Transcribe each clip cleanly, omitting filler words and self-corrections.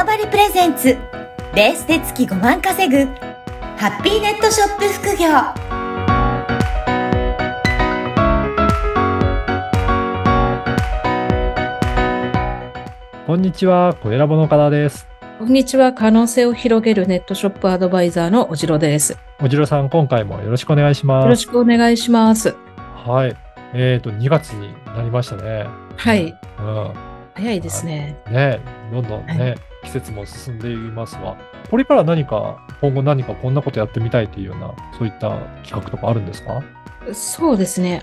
バリプレゼンツレースで月5万稼ぐハッピーネットショップ副業。 こんにちは、小ラボの岡田です。 こんにちは。可能性を広げるネットショップアドバイザーのおじろです。 おじろさん、今回もよろしくお願いしよます。 ろしくお願いします。 はい。2月になりましたね。 はい。 うん。 早いですね。 ね、どんどんね、 はい、 季節も進んでいますが、これから今後何かこんなことやってみたいというような、そういった企画とかあるんですか？ そうですね。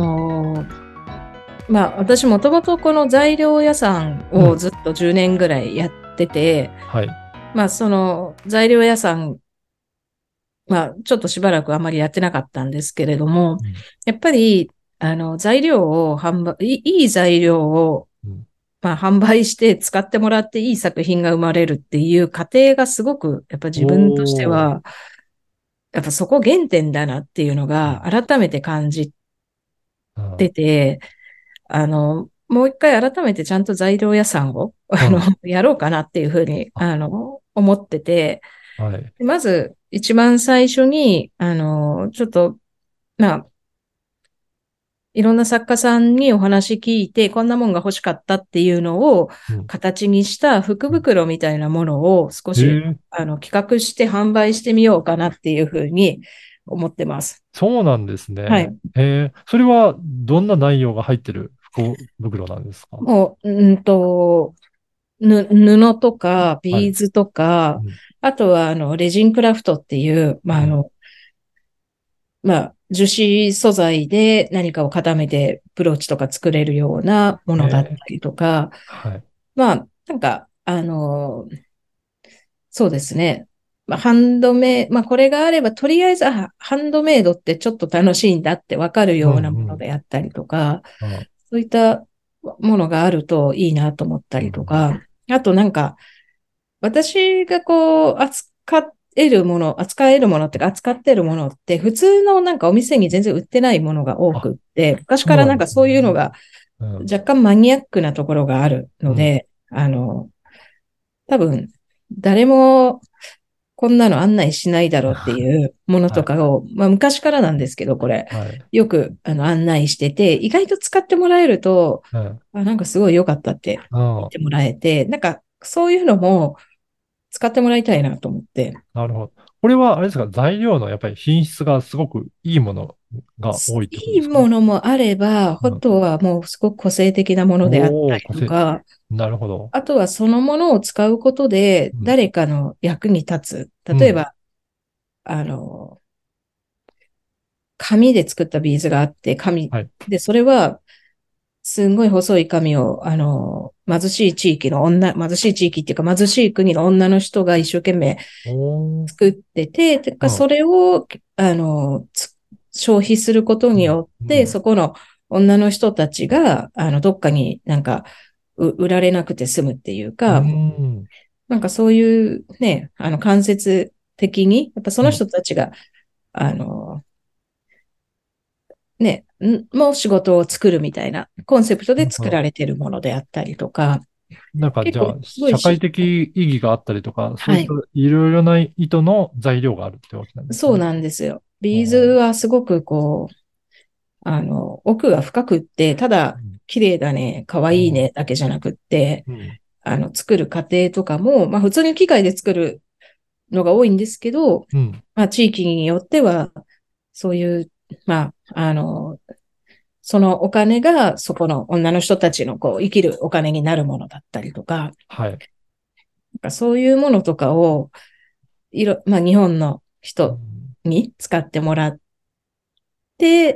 私もともとこの材料屋さんをずっと10年ぐらいやってて、 はい。 その材料屋さん、ちょっとしばらくあまりやってなかったんですけれども、やっぱり、材料をいい材料を販売して使ってもらっていい作品が生まれるっていう過程がすごく、やっぱ自分としておー。 は、やっぱそこ原点だなっていうのが改めて感じてて、もう一回改めてちゃんと材料屋さんを、やろうかなっていうふうに、思ってて、 はい。 まず一番最初に、ちょっと、まあ、いろんな作家さんにお話聞いて、こんなもんが欲しかったっていうのを形にした福袋みたいなものを少し企画して販売してみようかなっていうふうに思ってます。 そうなんですね。 はい。 それはどんな内容が入ってる福袋なんですか？ もう、布とかはい。 ビーズとか、あとはレジンクラフトっていう、樹脂素材で何かを固めてブローチとか作れるようなものだったりとか、 はい。 なんか、そうですね。ハンドメイド、これがあれば、とりあえず、ハンドメイドってちょっと楽しいんだってわかるようなものであったりとか、そういったものがあるといいなと思ったりとか、あとなんか、私がこう、扱えるものってか、扱ってるものって、普通のなんかお店に全然売ってないものが多くって、昔そうからなんかなんですね。 そういうのが若干マニアックなところがあるので、多分、誰もこんなの案内しないだろうっていうものとかを、昔からなんですけど、これ、 はい。 よく案内してて、意外と使ってもらえると、なんかすごい良かったって言ってもらえて、なんかそういうのも使ってもらいたいなと思って。 なるほど。これは、あれですか、材料のやっぱり品質がすごくいいものが多いってことですか？ いいものもあれば、あとはもうすごく個性的なものであったおー、 りとか、 なるほど。 あとはそのものを使うことで誰かの役に立つ。例えば、あの、紙で作ったビーズがあって、 はい。 で、それは、すんごい細い紙を、貧しい地域の貧しい地域っていうか貧しい国の女の人が一生懸命おー、 作ってて、それを、消費することによって、そこの女の人たちが、どっかになんか、売られなくて済むっていうか、なんかそういうね、間接的に、やっぱその人たちが、あの、もう仕事を作るみたいなコンセプトで作られているものであったりとか、 なんかじゃあ、 結構すごい社会的意義があったりとか、そういったはい。 いろいろな意図の材料があるってわけなんですね。 そうなんですよ。ビーズはすごくこう、奥が深くって、ただ、綺麗だね、可愛いね、だけじゃなくって、作る過程とかも、普通に機械で作るのが多いんですけど、地域によっては、そういう、そのお金がそこの女の人たちのこう生きるお金になるものだったりとか、 はい。 そういうものとかを、日本の人に使ってもらって、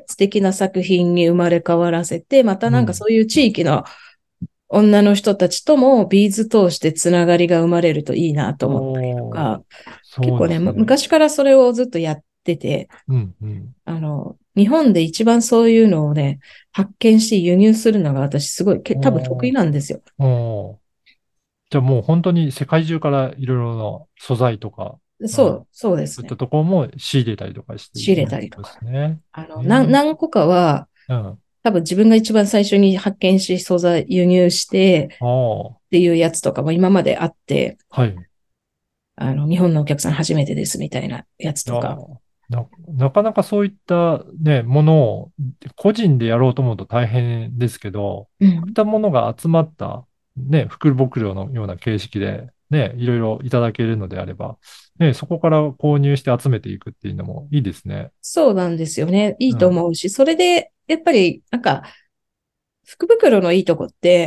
素敵な作品に生まれ変わらせて、またなんかそういう地域の女の人たちともビーズ通してつながりが生まれるといいなと思ったりとか、結構ね、 そうですね。 昔からそれをずっとやってて、日本で一番そういうのをね、発見して輸入するのが私すごい、多分得意なんですよ。 じゃあもう本当に世界中からいろいろな素材とか、 そうでそういったすね。 ところも仕入れたりとかして仕入れいるんでたりとか。 すね。 何個かは、多分自分が一番最初に発見し、輸入して、 ていうやつとかも今まであって、 はい。 日本のお客さん初めてですみたいなやつとか。 なかなかそういったね、ものを個人でやろうと思うと大変ですけど、 うん。 こういったものが集まったね、福袋のような形式でね、いろいろいただけるのであれば、ね、そこから購入して集めていくっていうのもいいですね。 そうなんですよね。いいとうん。 思うし、それで、やっぱり、なんか、福袋のいいとこって、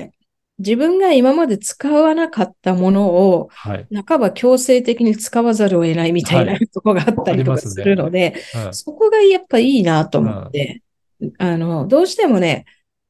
自分が今まで使わなかったものを、 はい。 半ば強制的に使わざるを得ないみたいなはい。 とこがあったありりとかするますね。 ので、 うん。 そこがやっぱいいなとうん。 思って、どうしてもね、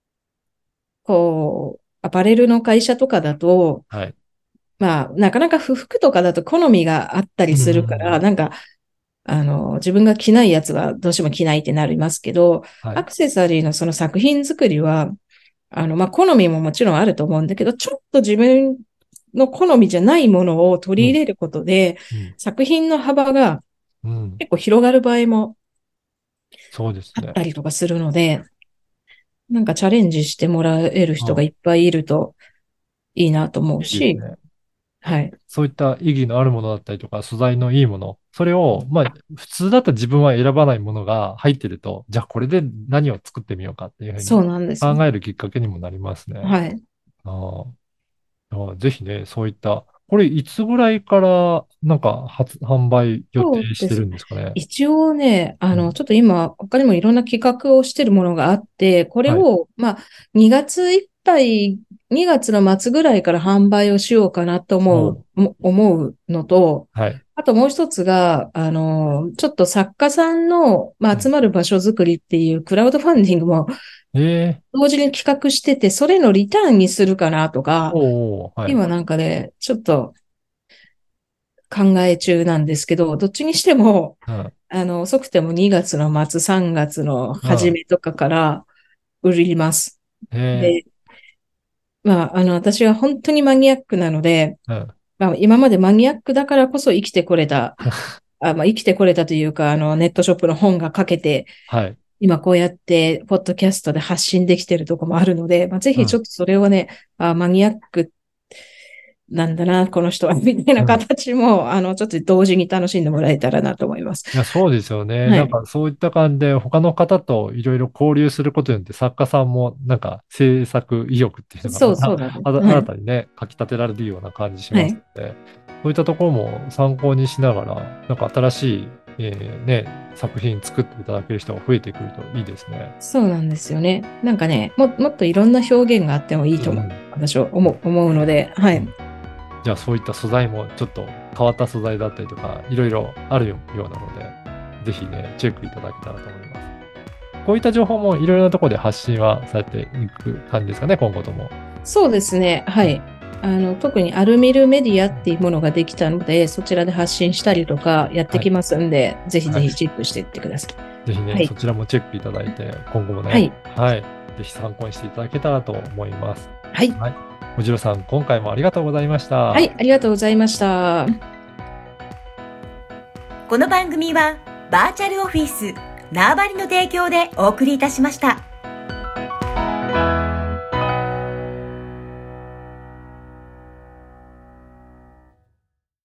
こう、アパレルの会社とかだと、 はい。 まあ、なかなか不服とかだと好みがあったりうんうんするから、 うん。 なんか、自分が着ないやつはどうしても着ないってなりますけど、 はい。 アクセサリーのその作品作りは、まあ、好みももちろんあると思うんだけど、ちょっと自分の好みじゃないものを取うん。 り入れることで、 うん。 作品の幅がうん。 結構広がる場合もそうですね。 あったりとかするので、なんかチャレンジしてもらえる人がうん。 いっぱいいるといいなと思うし、 いいですね。 はい。 そういった意義のあるものだったりとか、素材のいいもの、それを、まあ、普通だと自分は選ばないものが入ってると、じゃあこれで何を作ってみようかっていうふうにそうなんですよ。 考えるきっかけにもなりますね。 はい。 あぜひね、そういった、これいつぐらいからなんか販売予定してるそうです。 んですかね。 一応ね、 うん。 ちょっと今、他にもいろんな企画をしてるものがあって、これはい。 を、まあ、2月いっぱい、2月の末ぐらいから販売をしようかなとおう。 思うのと、 はい。 あともう一つが、ちょっと作家さんの、まあ、集うん。 まる場所づくりっていうクラウドファンディングもええ同時に企画してて、それのリターンにするかなとか、 おう、はい。 今なんかね、ちょっと考え中なんですけど、どっちにしても、 うん。 遅くても2月の末、3月のうん。 初めとかから売ります。 えで、まあ、私は本当にマニアックなので、 うん。 まあ、今までマニアックだからこそ生きてこれた、まあ、生きてこれたというか、ネットショップの本が書けて、 はい。 今こうやって、ポッドキャストで発信できてるとこもあるので、まあ、ぜうん。 ひちょっとそれをね、マニアックなんだな、この人は、みたいなうん。 形も、ちょっと同時に楽しんでもらえたらなと思います。 いや、そうですよね。 はい。 なんかそういった感じで他の方といろいろ交流することによって作家さんもなんか制作意欲っていうのがそうまたそうなんです。は新い。 たにね、かき立てられるような感じしはい。 ますので、そういったところも参考にしながら、なんか新しい、ね、作品作っていただける人が増えてくるといいですね。 そうなんですよね。なんかね、もっといろんな表現があってもいいと思う。 うん。 私は思うので、はい。 うん。じゃあそういった素材もちょっと変わった素材だったりとか、いろいろあるようなので、ぜひね、チェックいただけたらと思います。こういった情報もいろいろなところで発信はされていく感じですかね、今後とも。 そうですね。はうん。 い。特にアルミルメディアっていうものができたので、そちらで発信したりとかやってはい。 きますんで、ぜひはい。 ぜひチェックしていってください。 ぜひね、 はい。 そちらもチェックいただいて、今後もね、 はい。 はい。ぜひ参考にしていただけたらと思います。 はい。 はい。おじろさん、今回もありがとうございました。 はい。ありがとうございました。 この番組はバーチャルオフィス縄張りの提供でお送りいたしました。